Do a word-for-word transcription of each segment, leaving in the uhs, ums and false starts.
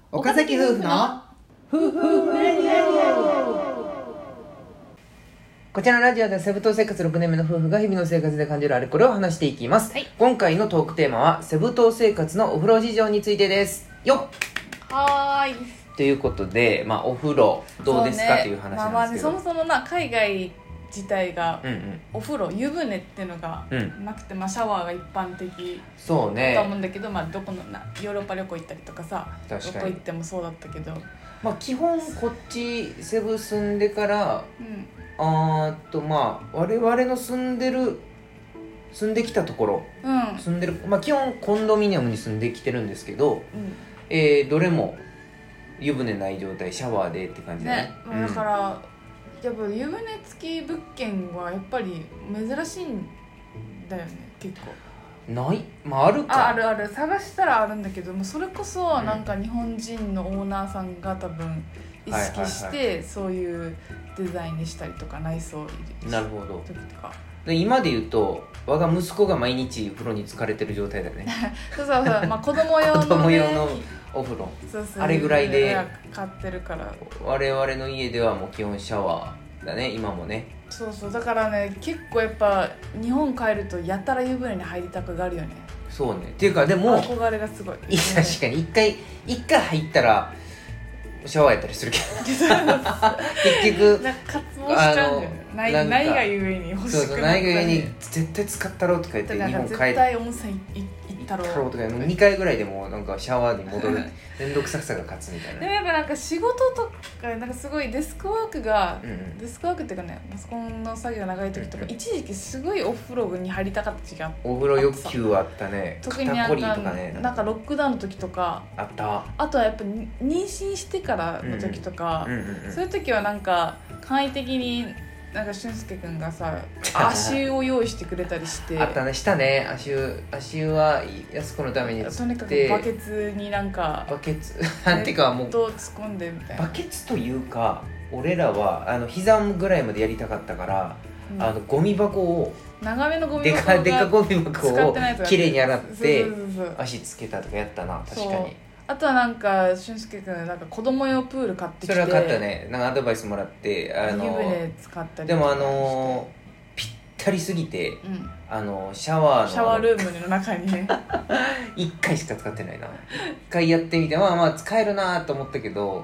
岡崎夫婦の夫婦レディオ。こちらのラジオではセブ島生活ろくねんめの夫婦が日々の生活で感じるあれこれを話していきます、はい、今回のトークテーマはセブ島生活のお風呂事情についてですよっ。 はーいということで、まあ、お風呂どうですか、ね、という話なんですけど、まあまあね、 そもそもな海外自体が、 うんうん、 お風呂湯船っていうのがなくて、うんまあ、シャワーが一般的そうねだと思うんだけど、まあ、どこのなヨーロッパ旅行行ったりとかさどこ行ってもそうだったけど、 まあ、基本こっちセブ住んでから、うん、あーっとまあ我々の住んでる住んできたところ、うん、住んでる、まあ、基本コンドミニアムに住んできてるんですけど、うんえー、どれも湯船ない状態シャワーでって感じだね。 ね、うん、だからやっぱ湯船付き物件はやっぱり珍しいんだよね結構。 ない、まあ、あるかあ、あるある探したらあるんだけどもそれこそなんか日本人のオーナーさんが多分意識してそういうデザインにしたりとか内装を入れてなるほど時とかで今で言うと我が息子が毎日風呂に浸かれてる状態だねそうそうそう、まあ、子供用の、ね、 子供用のお風呂そうそうあれぐらいで買ってるから我々の家ではもう基本シャワーだね今もね。 そうそうだからね結構やっぱ日本帰るとやたら湯船に入りたくなるよね。 そうねっていうかでも憧れがすごい、ね、 確かに一回一回入ったらシャワーやったりするけど結局なんか渇望しちゃうんだよね。ない、ないがゆえに欲しくなった、ね、そうそうないがゆえに絶対使ったろうとか言って日本帰って絶対温泉行ったろうとかにかいぐらいでもなんかシャワーに戻る面倒くささが勝つみたいな。 でもやっぱなんか仕事とかなんかすごいデスクワークが、うんうん、デスクワークっていうかねパソコンの作業が長い時とか、うんうん、一時期すごいお風呂に入りたかった時があった。 お風呂欲求はあったね。 特になんか、ね、なんかロックダウンの時とかあったあとはやっぱ妊娠してからの時とか、うんうんうんうん、そういう時はなんか簡易的になんか俊介くんがさ足湯を用意してくれたりしてあったねしたね足湯足湯は安子のためにとにかくバケツになんかバケツなんていうかもう突っ込んでみたいなバケツというか俺らはあの膝ぐらいまでやりたかったから、うん、あのゴミ箱を長めのゴミ箱がでかゴミ箱をきれいに洗って足つけたとかやったな確かに。 あとはなんか俊介くんなんか子供用プール買ってきてそれは買ったねなんかアドバイスもらってあの湯船使ったりでもあのぴったりすぎて、うん、あのシャワーのシャワールームの中にねいっかいしか使ってないないっかいやってみてまあまあ使えるなと思ったけど、うんうんうん、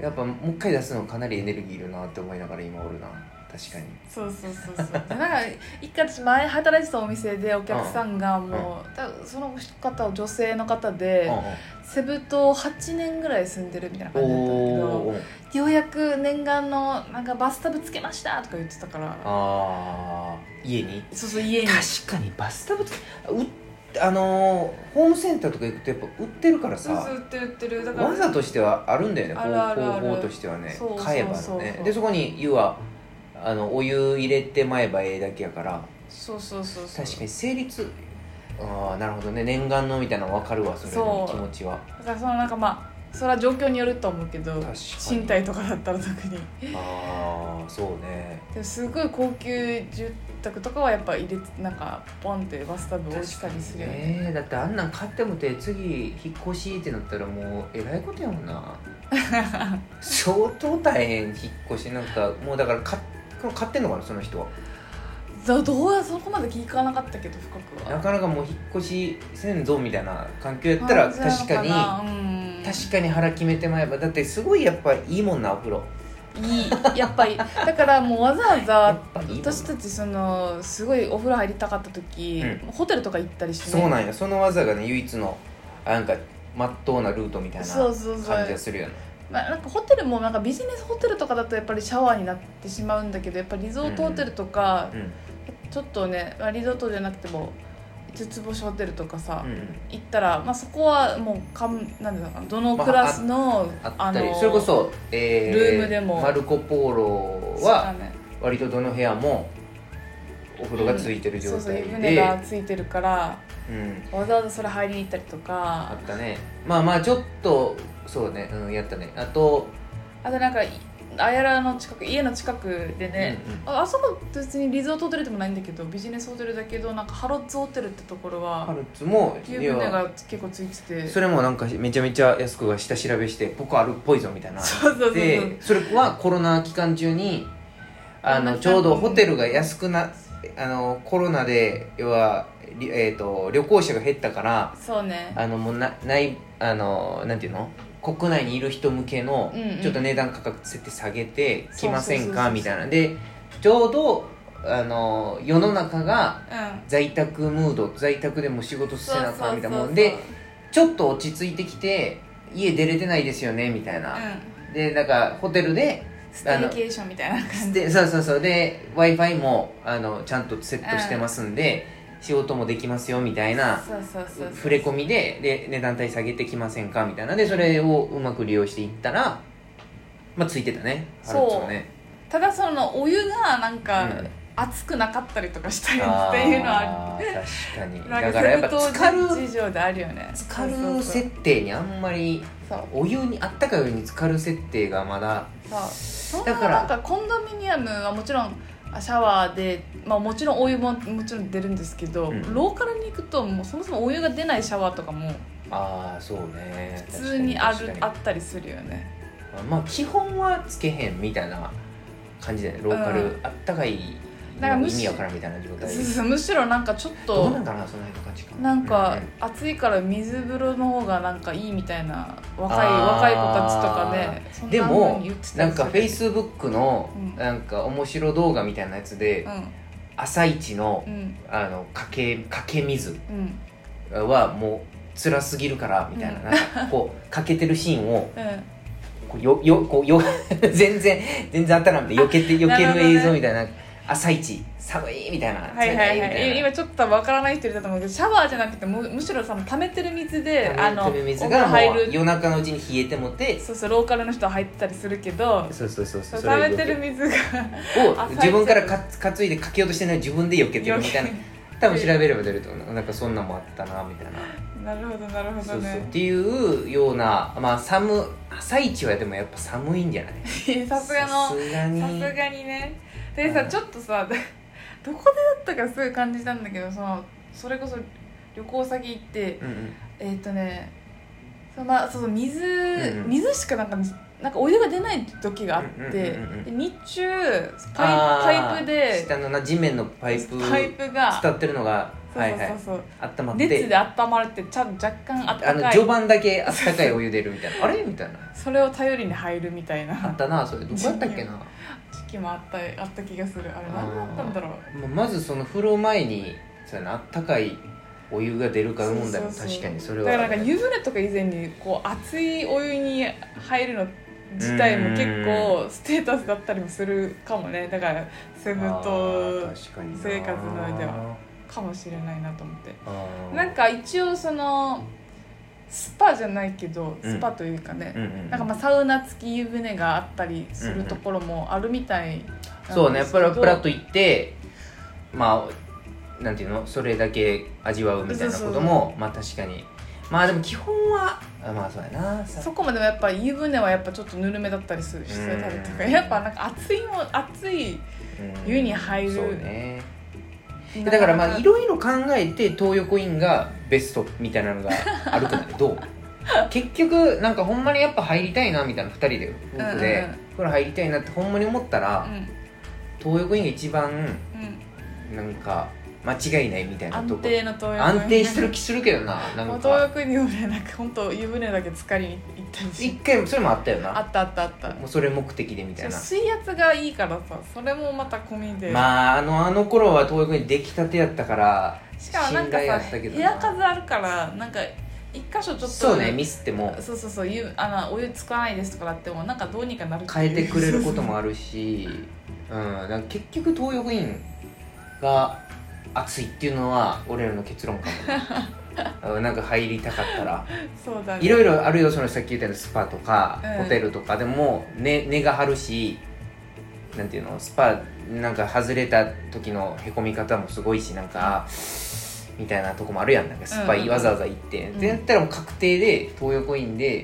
やっぱもう一回出すのかなりエネルギーいるなって思いながら今おるな確かに。 そうそうそうそうでなんか一回私前働いてたお店でお客さんがもう、うん、その方は女性の方で、うんうん、セブ島はちねんぐらい住んでるみたいな感じだったんだけどようやく念願のなんかバスタブつけましたとか言ってたからあ家にそうそう家に確かにバスタブつけうあのー、ホームセンターとか行くとやっぱ売ってるからさそうそう売ってる売ってるだから技としてはあるんだよねあるあるある方法としてはねそうそうそう買えばのねでそこに湯はあのお湯入れてまえばええだけやからそうそうそうそう確かに成立ああなるほどね念願のみたいなの分かるわそれの気持ちは。 だからそのなんかまあそれは状況によると思うけど賃貸とかだったら特にああそうねでもすごい高級住宅とかはやっぱ入れなんかポンってバスタブ置いたりするよね。 ねだってあんなん買ってもて次引っ越しってなったらもうえらいことやもんな相当大変引っ越しなんかもうだから買買ってんのかなその人は。 どうやそこまで聞かなかったけど深くはなかなかもう引っ越しせんぞみたいな環境やったら確かに確かに腹決めてまえばだってすごいやっぱいいもんなお風呂いいやっぱりだからもうわざわざ私たちそのすごいお風呂入りたかった時、うん、ホテルとか行ったりして、 ね、そうなんやその技がね唯一のなんかまっとうなルートみたいな感じがするよね。 まあ、なんかホテルもなんかビジネスホテルとかだとやっぱりシャワーになってしまうんだけどやっぱりリゾートホテルとか、うんうん、ちょっとねリゾートじゃなくてもいつつ星ホテルとかさ、うん、行ったら、まあ、そこはもうかんなんていうのかなどのクラスの、 まあ、あったりそれこそ、えー、 ルームでもマルコポーロは割とどの部屋もお風呂がついてる状態で、うん、そうそう湯船がついてるから、うん、わざわざそれ入りに行ったりとかあったね。まあまあちょっとそうね、うん、やったね。あとあとなんかアヤラの近く家の近くでね、うんうん、あ, あそこ別にリゾートホテルでもないんだけどビジネスホテルだけどなんかハロッツホテルってところはハロッツも湯船が結構ついててそれもなんかめちゃめちゃ安くが下調べしてここあるっぽいぞみたいなそうそうそうそうでそれはコロナ期間中にあのちょうどホテルが安くなあのコロナで要は、えー、と旅行者が減ったからそうねあのもうなないあのなんていうの国内にいる人向けのちょっと値段価格設定下げてきませんかみたいなでちょうどあの世の中が在宅ムード、うん、在宅でも仕事せなあかんみたいなもんでちょっと落ち着いてきて家出れてないですよねみたいな、うん、でなんかホテルでステーケーションみたいな感じそうそうそうで Wi-Fi もあのちゃんとセットしてますんで、うん、仕事もできますよみたいな触れ込みで、で値段帯下げてきませんかみたいなでそれをうまく利用していったらまあついてたねそう、ね、ただそのお湯がなんか、うん熱くなかったりとかしたりっていうのはある確かにだからやっぱ浸かる事情であるよね浸かる設定にあんまりお湯にあったかいお湯に浸かる設定がまだそうだからなんかコンドミニアムはもちろんシャワーで、まあ、もちろんお湯ももちろん出るんですけど、うん、ローカルに行くともうそもそもお湯が出ないシャワーとかもああそうね普通にあるあったりするよねまあ基本はつけへんみたいな感じで、ね、ローカル、うん、あったかいなんかむし意味わからんみたいな状態でむしろなんかちょっとどうなんかなその辺の感じかなんか、うん、暑いから水風呂の方がなんかいいみたいな若い若い子たちとかねでもなんかフェイスブックのなんか面白動画みたいなやつで、うん、朝一の、うん、あのかけかけ水はもう辛すぎるからみたいな、うん、なんかこうかけてるシーンを、うんこうよよこうよ全然全然当たらんで避けて避ける映像みたいな朝一寒いみたいなはいはいはい今ちょっと分からない人いると思うけどシャワーじゃなくてむむしろさ溜めてる水で溜めてる水がもう夜中のうちに冷えてもてそうそうローカルの人は入ってたりするけどそうそうそうそう溜めてる水がを自分からか担いでかけようとしてない自分で避けてるみたいな多分調べれば出ると思うなんかそんなもあったなみたいななるほどなるほどねそうそうっていうようなまあ寒朝一はでもやっぱ寒いんじゃないさすがのさすがにさすがにねでさちょっとさどこでだったかすごい感じたんだけどそのそれこそ旅行先行って、うんうん、えっ、ー、とねその、まあ、そうそう水、うんうん、水しかなんかなんかお湯が出ない時があって、うんうんうんうん、で日中パイパイプで下のな地面のパイプパイプが伝ってるのがそうそうそうそう、 はいはい、温まって熱で温まってちゃん若干あったかいあの序盤だけあったかいお湯出るみたいなあれみたいなそれを頼りに入るみたいなあったなそれどこやったっけな時期もあったあった気がするあれ何だったんだろうまずその風呂前にそうやなあったかいお湯が出るか問題も確かにそれはだからなんか湯船とか以前にこう熱いお湯に入るの自体も結構ステータスだったりもするかもねだからセブ島生活の上ではかもしれないなと思ってなんか一応そのスパじゃないけどスパというかね、うんうんうん、なんかまあサウナ付き湯船があったりするところもあるみたいなんですけど、 そうねプラプラっと行ってまあなんていうのそれだけ味わうみたいなこともまあ確かにまあでも基本はまあそうやなそこまでもやっぱ湯船はやっぱちょっとぬるめだったりするしそれ食べとかやっぱなんか熱いも熱い湯に入る、 そうねだからまあいろいろ考えて東横インがベストみたいなのがあるくないどう結局なんかほんまにやっぱ入りたいなみたいなふたりで夫婦でこれ入りたいなってほんまに思ったら、うん、東横インが一番、うん、なんか間違いないみたいなとこ安定の東横イン安定してる気するけどななんか東横インに俺なんか本当湯船だけ浸かりに行ったりして一回それもあったよなあったあったあったもうそれ目的でみたいな水圧がいいからさそれもまた込みでまああのあの頃は東横イン出来たてやったからしかもなんかさ部屋数あるからなんか一箇所ちょっとそうねミスってもそうそうそう湯あのお湯使わないですとかだってもなんかどうにかなる変えてくれることもあるしうん、なんか結局東横インが熱いっていうのは俺らの結論かもなんか入りたかったらそうだねいろいろあるよそのさっき言ったようなスパとか、うん、ホテルとかでも根、根が張るしなんていうのスパなんか外れた時のへこみ方もすごいしなんか、うん、みたいなとこもあるやんなんかスパ、うん、わざわざ行って、うん、でやったらもう確定で東横インで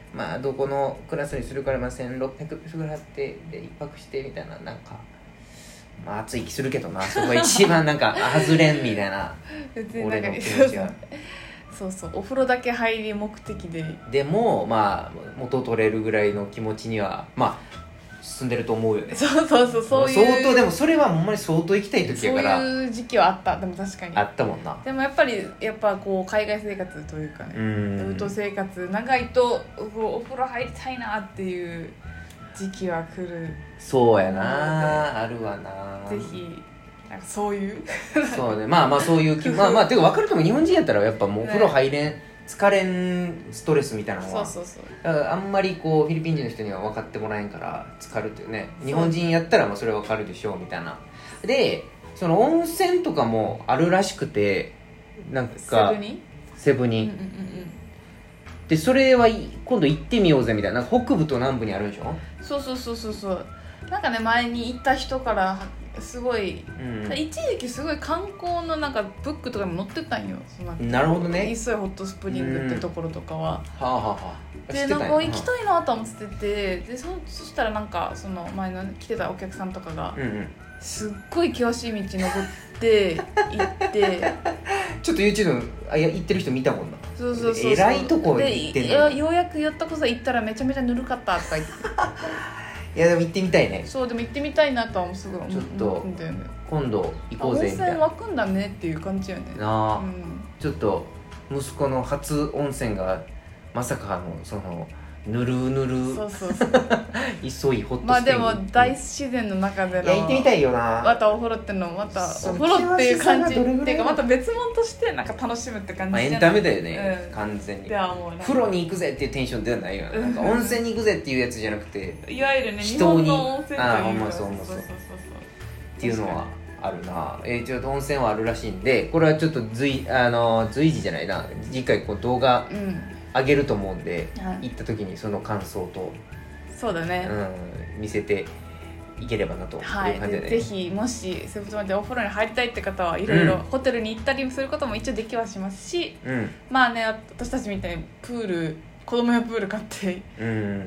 まあどこのクラスにするから、まあ、せんろっぴゃくペソぐらいあってで一泊してみたいな、なんかまあ暑い気するけどな、そこが一番なんか外れんみたいな俺の気持ちがそうそう、お風呂だけ入り目的ででもまあ元取れるぐらいの気持ちにはまあ進んでると思うよね。 そうそうそう、そういう相当、でもそれはほんまに相当行きたい時やから、 そういう時期はあった。でも確かにあったもんな。 でもやっぱりやっぱこう海外生活というかね、 うん、 ウト生活長いとお風呂入りたいなっていう時期は来る。 そうやな、あるわな。 ぜひなんかそういうそうね、まあまあそういう気まあまあてか分かるとも、日本人やったらやっぱもうお風呂入れん、ね、疲れんストレスみたいなのは、 そうそうそう、 だからあんまりこうフィリピン人の人には分かってもらえんから疲るっていうね。日本人やったらまあそれは分かるでしょうみたいな。でその温泉とかもあるらしくて、なんかセブにセブに、 うんうんうんうん、 でそれは今度行ってみようぜみたいな。なんか北部と南部にあるでしょ。 そうそうそうそうそう、なんかね前に行った人からすごい、うん、一時期すごい観光のなんかブックとかにも載ってたんよ。そのなるほどね。 イソイホットスプリングってところとかは、うん、はあはあはあ、 でなんか行きたいなと思ってて、で そ, そしたらなんかその前の来てたお客さんとかが、うんうん、すっごい険しい道登って行ってちょっと YouTube のあいや行ってる人見たもんな。 そうそうそうそう、 えらいとこ行ってんの。 ようやくやったこそ行ったらめちゃめちゃぬるかったとか言っていやでも行ってみたいね。 そうでも行ってみたいなとはすごい思うんだよね。 今度行こうぜみたいな。 温泉湧くんだねっていう感じよね。 なあ、 うん、 ちょっと息子の初温泉がまさかのそのぬるぬるそうそうそう急いホットスプリング。 まあでも大自然の中でのいや行ってみたいよな。 またお風呂ってのまたお風呂っていう感じっていうかまた別物としてなんか楽しむって感じ、 まあ、エンタメだよね、うん、完全に。風呂に行くぜっていうテンションではないよ、なんか温泉に行くぜっていうやつじゃなくて、 いわゆるね日本の温泉というか、 ああほんまそうほんまそうっていうのはあるな。えー、ちょっと温泉はあるらしいんで、これはちょっと随あの随時じゃないな、次回こう動画、うんあげると思うんで、はい、行った時にその感想とそうだね、 うん、見せていければなという感じで、ね、 はい、ぜひもしセブ島でお風呂に入りたいって方はいろいろホテルに行ったりすることも一応できはしますし、うん、まあね私たちみたいにプール子供用プール買って、うん、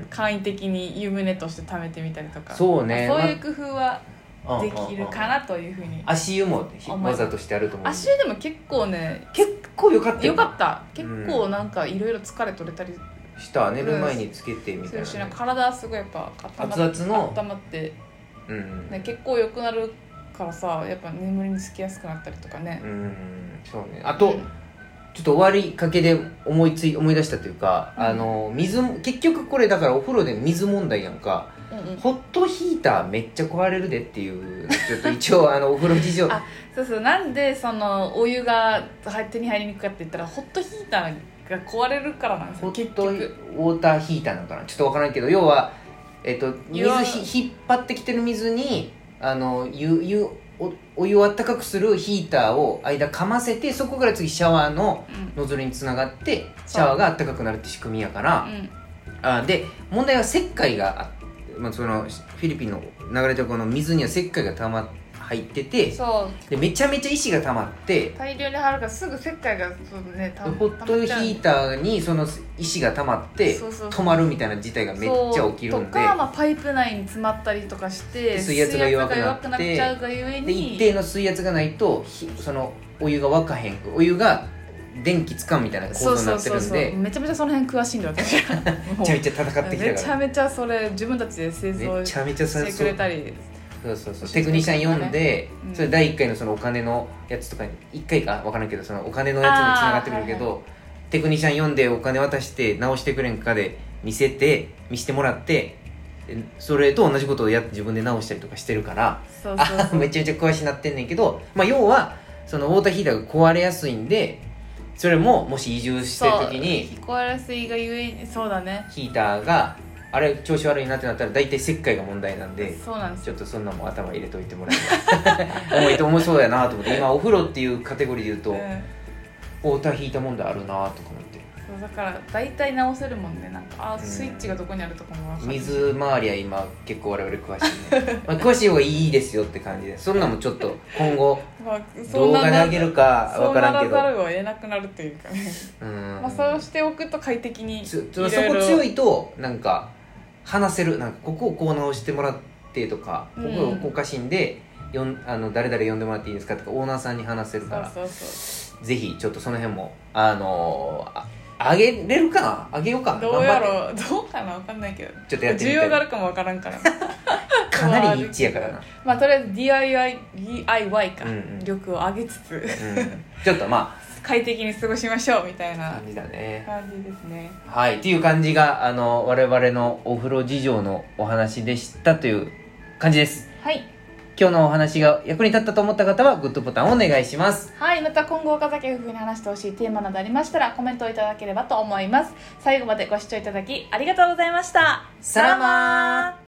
簡易的に湯船として貯めてみたりとか、 そうね、 まあ、そういう工夫はできるかなというふうに。 足湯も技としてあると思う。 足湯でも結構ね結構良かったよ。 よかった。結構なんかいろいろ疲れ取れたりした、寝る前につけてみたいな、ね、 そうしな体はすごいやっぱ熱々の温まって、 うんね、結構良くなるからさ、やっぱ眠りにつきやすくなったりとかね。 うんそうね。あと、うん、ちょっと終わりかけで思いつい思い出したというか、うん、あの水結局これだからお風呂で水問題やんか。うんうん、ホットヒーターめっちゃ壊れるでっていうちょっと一応あのお風呂事情あそうそう、なんでそのお湯が手に入りにくくかって言ったらホットヒーターが壊れるからなんですよ。 ホットウォーターヒーターなのかな、ちょっとわからないけど、要は、えっと、水ひ引っ張ってきてる水にあの湯湯 お, お湯をあったかくするヒーターを間かませて、そこから次シャワーのノズルにつながって、うん、シャワーがあったかくなるって仕組みやから、うん、あで問題は石灰があって、まあ、そのフィリピンの流れてるこの水には石灰がたま入ってて、 そうでめちゃめちゃ石がたまって大量に入るからすぐ石灰がそう、ね、たホットヒーターにその石がたまって止まるみたいな事態がめっちゃ起きるんで、とか、まあ、パイプ内に詰まったりとかして水圧が弱くなって、 なっちゃうがゆえにで一定の水圧がないとそのお湯が沸かへん、お湯が電気つかんみたいな構造になってるんで、そうそうそうそう、 めちゃめちゃその辺詳しいんだ私めちゃめちゃ戦ってきたからめちゃめちゃそれ自分たちで製造してくれたり、 そうそうそう、テクニシャン読んで、うん、それだいいっかいのそのお金のやつとかにいっかいか分からんけど、そのお金のやつにつながってくるけど、はいはい、テクニシャン読んでお金渡して直してくれんかで見せて見せてもらって、それと同じことをやって自分で直したりとかしてるから、 そうそうそうめちゃめちゃ詳しになってんねんけど、まあ、要はそのウォーターヒーターが壊れやすいんで、それももし移住してる時に壊れやすいがゆえに、そうだね、 ヒーターがあれ調子悪いなってなったら大体石灰が問題なんで、 そうなんです、 ちょっとそんなもん頭入れといてもらえない重いと重そうやなと思って、今お風呂っていうカテゴリーで言うと、うん、ウォーターヒーター問題あるなとか思って、 そうだから大体直せるもんね、なんかあスイッチがどこにあるとかも分かる。 水回りは今結構我々詳しいね、まあ、詳しい方がいいですよって感じで、そんなもちょっと今後動画であげるか分からんけど、 そうならざるを得なくなるというかね、うん、まあ、そうしておくと快適にそそこ強いとなんか話せる、なんかここをこう直してもらってとか、ここおかしいんでよんあの誰々呼んでもらっていいですかとかオーナーさんに話せるから、 そうそうそう、 ぜひちょっとその辺もあのー、ああげれるかな、あげようかな、 どうやろう、どうかな、分かんないけど、 ちょっとやってみたい、 需要があるかも分からんからかなりニッチやからな。 まあとりあえず ディーアイワイ, ディーアイワイ か、うんうん、力を上げつつ、うん、 ちょっとまあ快適に過ごしましょうみたいな感じだね、 感じですね。 はい、っていう感じがあの我々のお風呂事情のお話でしたという感じです。 はい、 今日のお話が役に立ったと思った方はグッドボタンをお願いします。 はい、また今後岡崎夫婦に話してほしいテーマなどありましたらコメントをいただければと思います。最後までご視聴いただきありがとうございました。 さらばー。